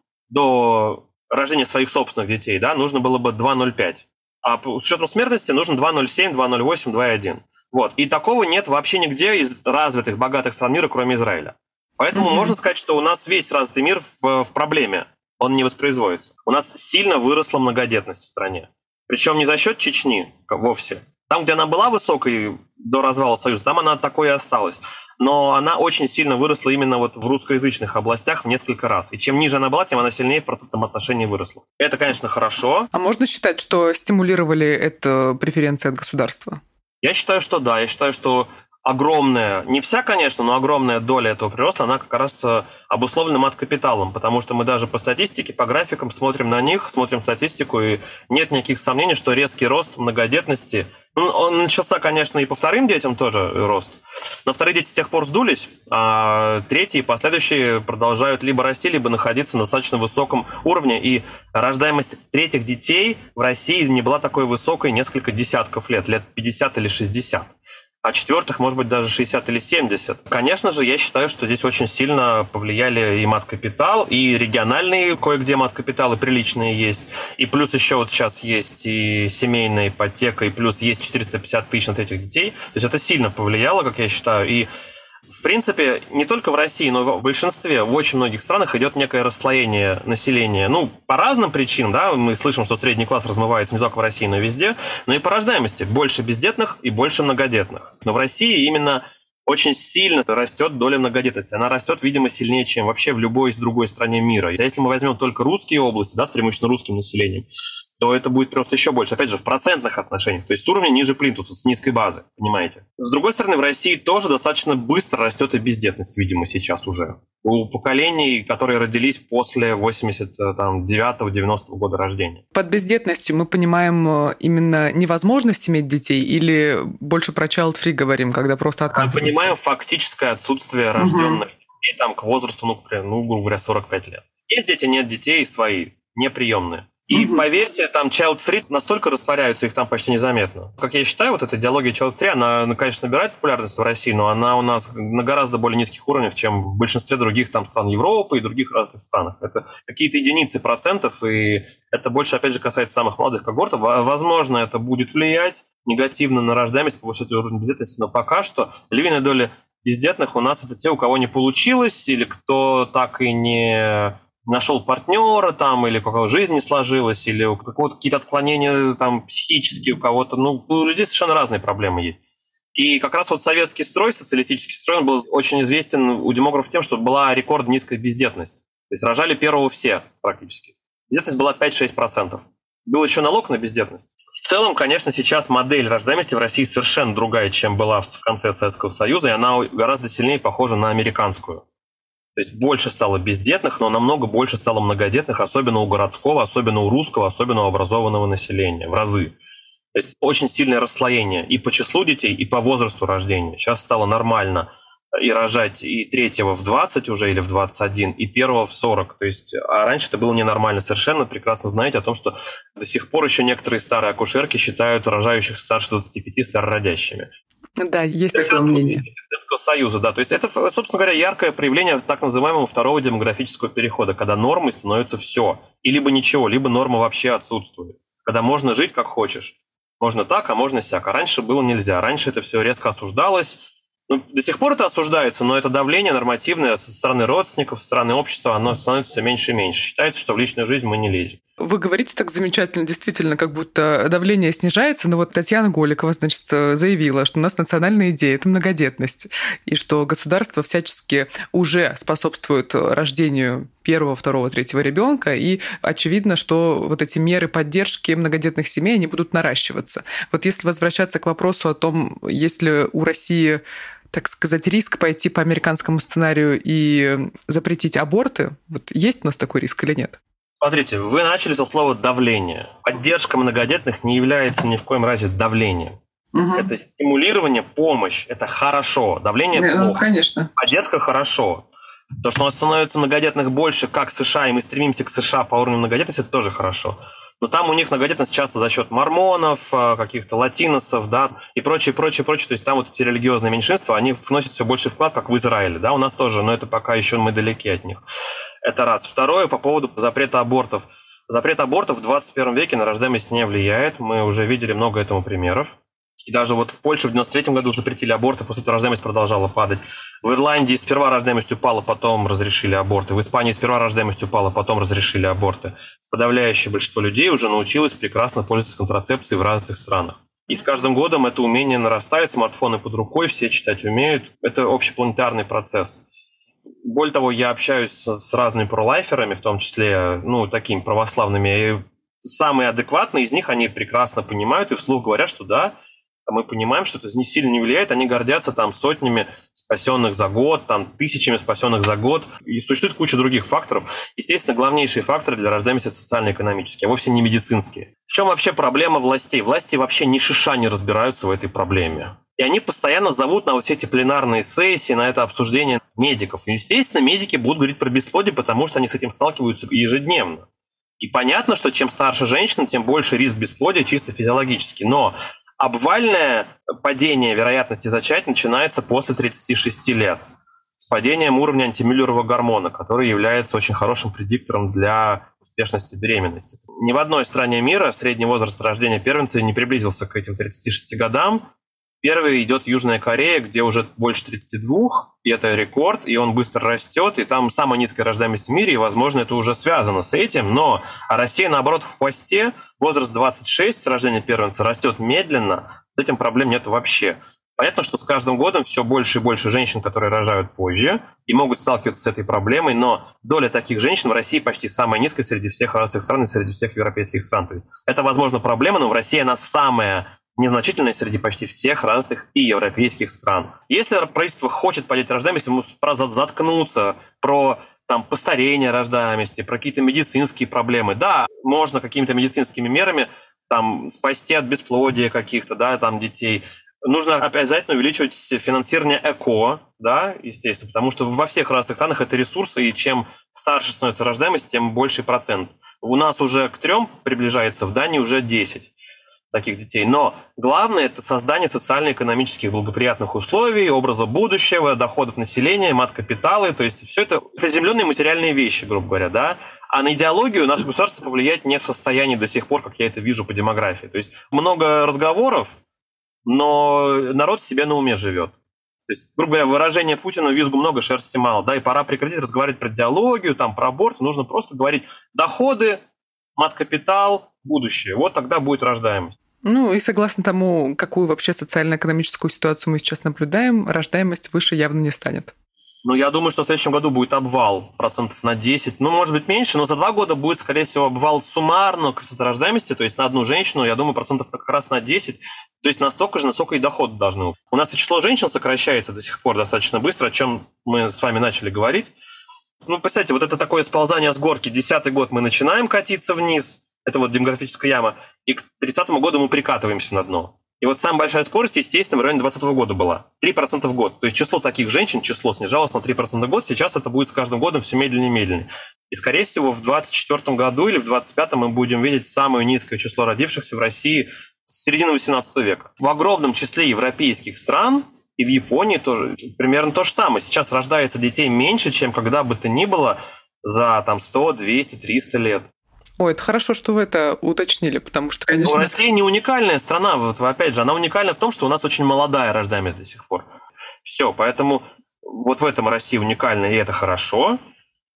до рождения своих собственных детей, да, нужно было бы 2,05. А с учетом смертности нужно 2,07, 2,08, 2,1. Вот. И такого нет вообще нигде из развитых, богатых стран мира, кроме Израиля. Поэтому можно сказать, что у нас весь развитый мир в проблеме. Он не воспроизводится. У нас сильно выросла многодетность в стране. Причем не за счет Чечни вовсе. Там, где она была высокой до развала Союза, там она такой и осталась. Но она очень сильно выросла именно вот в русскоязычных областях в несколько раз. И чем ниже она была, тем она сильнее в процентном отношении выросла. Это, конечно, хорошо. А можно считать, что стимулировали это преференции от государства? Я считаю, что да. Я считаю, что огромная, не вся, конечно, но огромная доля этого прироста, она как раз обусловлена мат-капиталом, потому что мы даже по статистике, по графикам смотрим на них, смотрим статистику, и нет никаких сомнений, что резкий рост многодетности, он начался, конечно, и по вторым детям тоже рост, но вторые дети с тех пор сдулись, а третьи и последующие продолжают либо расти, либо находиться на достаточно высоком уровне, и рождаемость третьих детей в России не была такой высокой несколько десятков лет 50 или 60. А четвертых, может быть, даже 60 или 70. Конечно же, я считаю, что здесь очень сильно повлияли и мат-капитал, и региональные кое-где мат-капиталы приличные есть. И плюс еще вот сейчас есть и семейная ипотека, и плюс есть 450 тысяч на третьих детей. То есть это сильно повлияло, как я считаю. И в принципе, не только в России, но и в большинстве, в очень многих странах идет некое расслоение населения. По разным причинам, да, мы слышим, что средний класс размывается не только в России, но и везде, но и по рождаемости. Больше бездетных и больше многодетных. Но в России именно очень сильно растет доля многодетности. Она растет, видимо, сильнее, чем вообще в любой из другой стране мира. Если мы возьмем только русские области, да, с преимущественно русским населением, то это будет просто еще больше. Опять же, в процентных отношениях. То есть с уровня ниже плинтуса, с низкой базы, понимаете. С другой стороны, в России тоже достаточно быстро растет и бездетность, видимо, сейчас уже. У поколений, которые родились после 89-90 года рождения. Под бездетностью мы понимаем именно невозможность иметь детей или больше про child-free говорим, когда просто отказываются? Мы понимаем фактическое отсутствие рожденных детей к возрасту, грубо говоря, 45 лет. Есть дети, нет детей, свои, неприемные. И поверьте, child-free настолько растворяются, их там почти незаметно. Как я считаю, вот эта идеология child-free, она, конечно, набирает популярность в России, но она у нас на гораздо более низких уровнях, чем в большинстве других стран Европы и других разных странах. Это какие-то единицы процентов, и это больше, опять же, касается самых молодых когортов. Возможно, это будет влиять негативно на рождаемость, повышать уровень бездетности, но пока что львиная доля бездетных у нас это те, у кого не получилось, или кто так и не нашел партнера или у кого жизнь не сложилась, или у какого-то какие-то отклонения психические, у кого-то, у людей совершенно разные проблемы есть. И как раз вот советский строй, социалистический строй, он был очень известен у демографов тем, что была рекорд низкая бездетность. То есть рожали первого все практически. Бездетность была 5-6%. Был еще налог на бездетность. В целом, конечно, сейчас модель рождаемости в России совершенно другая, чем была в конце Советского Союза, и она гораздо сильнее похожа на американскую. То есть больше стало бездетных, но намного больше стало многодетных, особенно у городского, особенно у русского, особенно у образованного населения, в разы. То есть очень сильное расслоение и по числу детей, и по возрасту рождения. Сейчас стало нормально и рожать и третьего в 20 уже или в 21, и первого в 40. То есть, а раньше это было ненормально. Совершенно прекрасно знаете о том, что до сих пор еще некоторые старые акушерки считают рожающих старше 25 старородящими. Да, есть такое мнение. Советского Союза, да. То есть это, собственно говоря, яркое проявление так называемого второго демографического перехода, когда нормой становится все. И либо ничего, либо норма вообще отсутствует. Когда можно жить как хочешь. Можно так, а можно сяк. А раньше было нельзя. Раньше это все резко осуждалось. До сих пор это осуждается, но это давление нормативное со стороны родственников, со стороны общества, оно становится все меньше и меньше. Считается, что в личную жизнь мы не лезем. Вы говорите так замечательно, действительно, как будто давление снижается, но вот Татьяна Голикова, значит, заявила, что у нас национальная идея – это многодетность, и что государство всячески уже способствует рождению первого, второго, третьего ребенка, и очевидно, что вот эти меры поддержки многодетных семей, они будут наращиваться. Вот если возвращаться к вопросу о том, есть ли у России, так сказать, риск пойти по американскому сценарию и запретить аборты, вот есть у нас такой риск или нет? Смотрите, вы начали со слова «давление». Поддержка многодетных не является ни в коем разе давлением. Это стимулирование, помощь. Это хорошо. Давление плохо. Конечно. Поддержка хорошо. То, что у нас становится многодетных больше, как США, и мы стремимся к США по уровню многодетности, это тоже хорошо. Но там у них многодетность часто за счет мормонов, каких-то латиносов, да, и прочее. То есть там вот эти религиозные меньшинства, они вносят все больше вклад, как в Израиле, да, у нас тоже, но это пока еще мы далеки от них. Это раз. Второе, по поводу запрета абортов. Запрет абортов в 21 веке на рождаемость не влияет, мы уже видели много этому примеров. И даже вот в Польше в 93 году запретили аборты, после этого рождаемость продолжала падать. В Ирландии сперва рождаемость упала, потом разрешили аборты. В Испании сперва рождаемость упала, потом разрешили аборты. Подавляющее большинство людей уже научилось прекрасно пользоваться контрацепцией в разных странах. И с каждым годом это умение нарастает, смартфоны под рукой, все читать умеют. Это общепланетарный процесс. Более того, я общаюсь с разными пролайферами, в том числе, такими православными. И самые адекватные из них, они прекрасно понимают и вслух говорят, что да, мы понимаем, что это сильно не влияет, они гордятся там сотнями спасенных за год, там тысячами спасенных за год. И существует куча других факторов. Естественно, главнейшие факторы для рождаемости социально-экономические, а вовсе не медицинские. В чем вообще проблема властей? Власти вообще ни шиша не разбираются в этой проблеме. И они постоянно зовут на вот все эти пленарные сессии, на это обсуждение медиков. И, естественно, медики будут говорить про бесплодие, потому что они с этим сталкиваются ежедневно. И понятно, что чем старше женщина, тем больше риск бесплодия чисто физиологически. Но обвальное падение вероятности зачать начинается после 36 лет с падением уровня антимюллерова гормона, который является очень хорошим предиктором для успешности беременности. Ни в одной стране мира средний возраст рождения первенца не приблизился к этим 36 годам. Первый идет Южная Корея, где уже больше 32, и это рекорд, и он быстро растет, и там самая низкая рождаемость в мире, и, возможно, это уже связано с этим, но Россия, наоборот, в хвосте, возраст 26, рождение первенца растет медленно, с этим проблем нет вообще. Понятно, что с каждым годом все больше и больше женщин, которые рожают позже, и могут сталкиваться с этой проблемой, но доля таких женщин в России почти самая низкая среди всех развитых стран и среди всех европейских стран. То есть это, возможно, проблема, но в России она самая незначительная среди почти всех развитых и европейских стран. Если правительство хочет поднять рождаемость, ему заткнуться про постарение рождаемости, про какие-то медицинские проблемы. Да, можно какими-то медицинскими мерами спасти от бесплодия каких-то, детей. Нужно обязательно увеличивать финансирование ЭКО, естественно, потому что во всех разных странах это ресурсы, и чем старше становится рождаемость, тем больше процент. У нас уже к 3 приближается, в Дании уже 10 таких детей. Но главное – это создание социально-экономических благоприятных условий, образа будущего, доходов населения, мат-капиталы. То есть все это приземленные материальные вещи, грубо говоря. Да? А на идеологию наше государство повлиять не в состоянии до сих пор, как я это вижу по демографии. То есть много разговоров, но народ себе на уме живет. То есть, грубо говоря, выражение Путина «визгу много, шерсти мало». Да? И пора прекратить разговаривать про идеологию, про аборт. Нужно просто говорить доходы, мат-капитал, будущее. Вот тогда будет рождаемость. И согласно тому, какую вообще социально-экономическую ситуацию мы сейчас наблюдаем, рождаемость выше явно не станет. Я думаю, что в следующем году будет обвал процентов на 10. Может быть, меньше, но за 2 года будет, скорее всего, обвал суммарно коэффициента рождаемости, то есть на одну женщину, я думаю, процентов как раз на 10. То есть настолько же, насколько и доходы должны. У нас и число женщин сокращается до сих пор достаточно быстро, о чем мы с вами начали говорить. Представьте, вот это такое сползание с горки. 10-й год мы начинаем катиться вниз, это вот демографическая яма, и к 30-му году мы прикатываемся на дно. И вот самая большая скорость, естественно, в районе 2020 года была. 3% в год. То есть число таких женщин, снижалось на 3% в год. Сейчас это будет с каждым годом все медленнее и медленнее. И, скорее всего, в 2024 году или в 2025 мы будем видеть самое низкое число родившихся в России с середины 18 века. В огромном числе европейских стран и в Японии тоже примерно то же самое. Сейчас рождается детей меньше, чем когда бы то ни было за 100, 200, 300 лет. Ой, это хорошо, что вы это уточнили, потому что, конечно... Россия не уникальная страна, опять же, она уникальна в том, что у нас очень молодая рождаемость до сих пор. Все, поэтому вот в этом Россия уникальна, и это хорошо.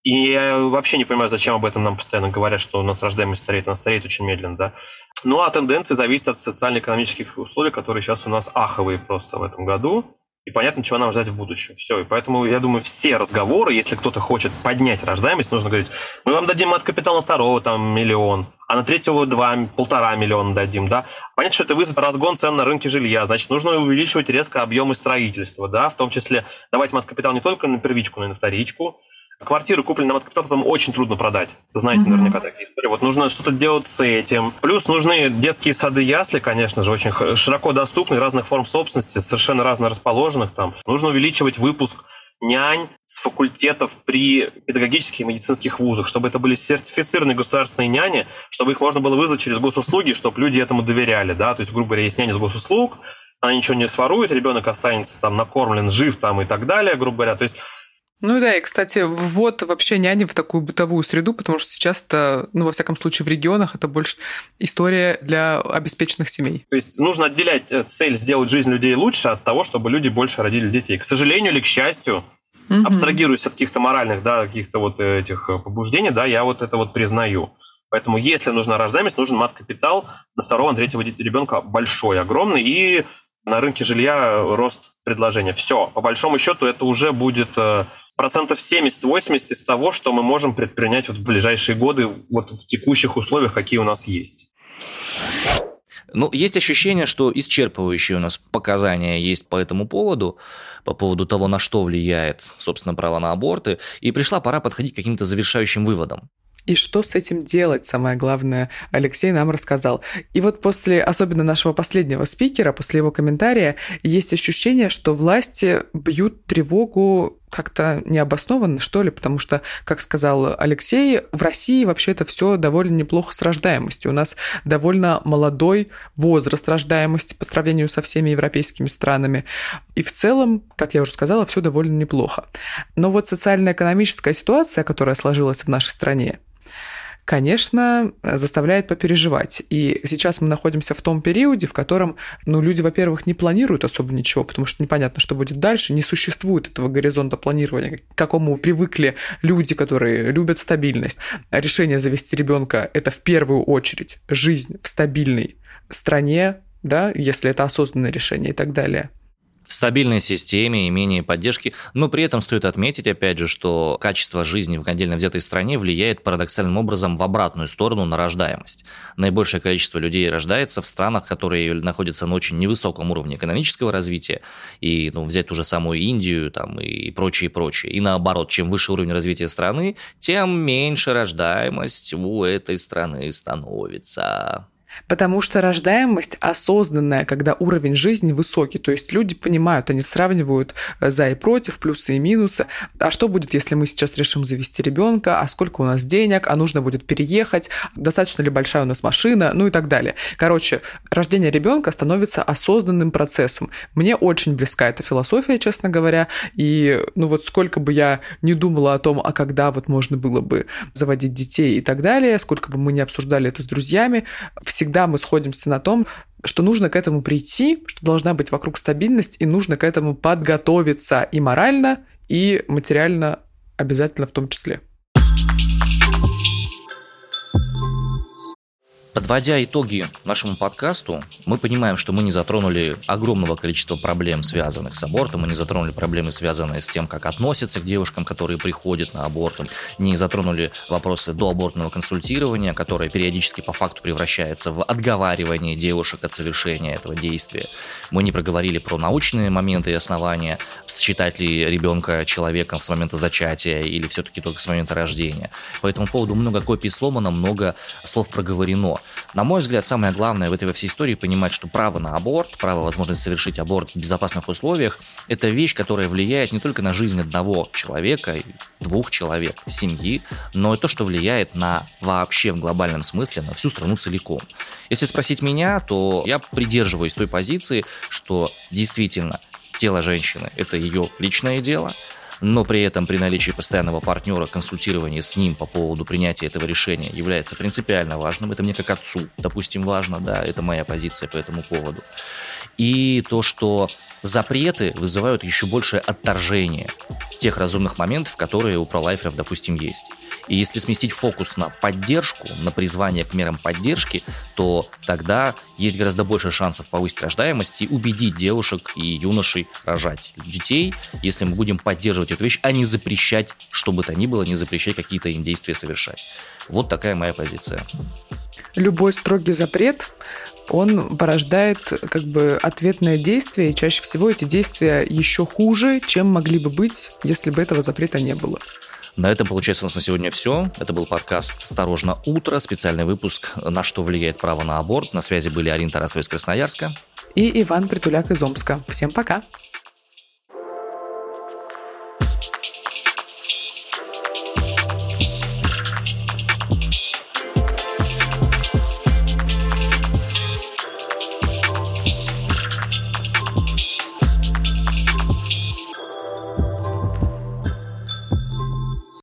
И я вообще не понимаю, зачем об этом нам постоянно говорят, что у нас рождаемость стареет, она стареет очень медленно, да. Ну, а тенденции зависят от социально-экономических условий, которые сейчас у нас аховые просто в этом году. И понятно, чего нам ждать в будущем. Все. И поэтому, я думаю, все разговоры, если кто-то хочет поднять рождаемость, нужно говорить, мы вам дадим от капитала на второго там 1 миллион, а на третьего 1,5 миллиона дадим, да. Понятно, что это вызовет разгон цен на рынке жилья. Значит, нужно увеличивать резко объемы строительства, да, в том числе давать мат-капитал не только на первичку, но и на вторичку. Квартиры, купленные на мат-капитал, потом очень трудно продать. Вы знаете наверняка такие истории. Вот нужно что-то делать с этим. Плюс нужны детские сады, ясли, конечно же, очень широко доступны, разных форм собственности, совершенно разно расположенных там. Нужно увеличивать выпуск нянь с факультетов при педагогических и медицинских вузах, чтобы это были сертифицированные государственные няни, чтобы их можно было вызвать через госуслуги, чтобы люди этому доверяли, да, то есть, грубо говоря, есть няня с госуслуг, она ничего не сворует, ребенок останется там накормлен, жив там и так далее, грубо говоря, то есть. Ну да, и, кстати, ввод вообще няни в такую бытовую среду, потому что сейчас это, ну, во всяком случае, в регионах это больше история для обеспеченных семей. То есть нужно отделять цель сделать жизнь людей лучше от того, чтобы люди больше родили детей. К сожалению или к счастью, абстрагируясь от каких-то моральных, да, каких-то вот этих побуждений, да, я вот это вот признаю. Поэтому если нужна рождаемость, нужен мат-капитал на второго, на третьего ребенка большой, огромный, и на рынке жилья рост предложения. Все, по большому счету, это уже будет 70-80% из того, что мы можем предпринять вот в ближайшие годы вот в текущих условиях, какие у нас есть. Ну, есть ощущение, что исчерпывающие у нас показания есть по этому поводу, по поводу того, на что влияет, собственно, право на аборты, и пришла пора подходить к каким-то завершающим выводам. И что с этим делать, самое главное, Алексей нам рассказал. И вот после, особенно нашего последнего спикера, после его комментария, есть ощущение, что власти бьют тревогу как-то необоснованно, что ли, потому что, как сказал Алексей, в России вообще-то все довольно неплохо с рождаемостью. У нас довольно молодой возраст рождаемости по сравнению со всеми европейскими странами. И в целом, как я уже сказала, все довольно неплохо. Но вот социально-экономическая ситуация, которая сложилась в нашей стране, конечно, заставляет попереживать. И сейчас мы находимся в том периоде, в котором, люди, во-первых, не планируют особо ничего, потому что непонятно, что будет дальше, не существует этого горизонта планирования, к какому привыкли люди, которые любят стабильность. Решение завести ребенка – это в первую очередь жизнь в стабильной стране, да, если это осознанное решение и так далее. В стабильной системе, имение поддержки, но при этом стоит отметить, опять же, что качество жизни в отдельно взятой стране влияет парадоксальным образом в обратную сторону на рождаемость. Наибольшее количество людей рождается в странах, которые находятся на очень невысоком уровне экономического развития, и взять ту же самую Индию там, и прочее. И наоборот, чем выше уровень развития страны, тем меньше рождаемость у этой страны становится. Потому что рождаемость осознанная, когда уровень жизни высокий. То есть люди понимают, они сравнивают за и против, плюсы и минусы. А что будет, если мы сейчас решим завести ребенка? А сколько у нас денег? А нужно будет переехать? Достаточно ли большая у нас машина? Ну и так далее. Короче, рождение ребенка становится осознанным процессом. Мне очень близка эта философия, честно говоря. И сколько бы я ни думала о том, а когда вот можно было бы заводить детей и так далее, сколько бы мы ни обсуждали это с друзьями, всегда мы сходимся на том, что нужно к этому прийти, что должна быть вокруг стабильность, и нужно к этому подготовиться и морально, и материально обязательно в том числе. Подводя итоги нашему подкасту, мы понимаем, что мы не затронули огромного количества проблем, связанных с абортом, мы не затронули проблемы, связанные с тем, как относятся к девушкам, которые приходят на аборт, не затронули вопросы доабортного консультирования, которое периодически по факту превращается в отговаривание девушек от совершения этого действия. Мы не проговорили про научные моменты и основания, считать ли ребенка человеком с момента зачатия или все-таки только с момента рождения. По этому поводу много копий сломано, много слов проговорено. На мой взгляд, самое главное в этой во всей истории понимать, что право на аборт, право возможность совершить аборт в безопасных условиях – это вещь, которая влияет не только на жизнь одного человека, двух человек, семьи, но и то, что влияет на вообще в глобальном смысле на всю страну целиком. Если спросить меня, то я придерживаюсь той позиции, что действительно тело женщины – это ее личное дело, но при этом при наличии постоянного партнера консультирование с ним по поводу принятия этого решения является принципиально важным. Это мне как отцу, допустим, важно, да, это моя позиция по этому поводу. и то, что запреты вызывают еще большее отторжение тех разумных моментов, которые у пролайферов, допустим, есть. И если сместить фокус на поддержку, на призвание к мерам поддержки, то тогда есть гораздо больше шансов повысить рождаемость и убедить девушек и юношей рожать детей, если мы будем поддерживать эту вещь, а не запрещать, что бы то ни было, не запрещать какие-то им действия совершать. Вот такая моя позиция. Любой строгий запрет, он порождает как бы ответное действие, и чаще всего эти действия еще хуже, чем могли бы быть, если бы этого запрета не было. На этом, получается, у нас на сегодня все. Это был подкаст «Осторожно, утро», специальный выпуск «На что влияет право на аборт». На связи были Арина Тарасова из Красноярска и Иван Притуляк из Омска. Всем пока!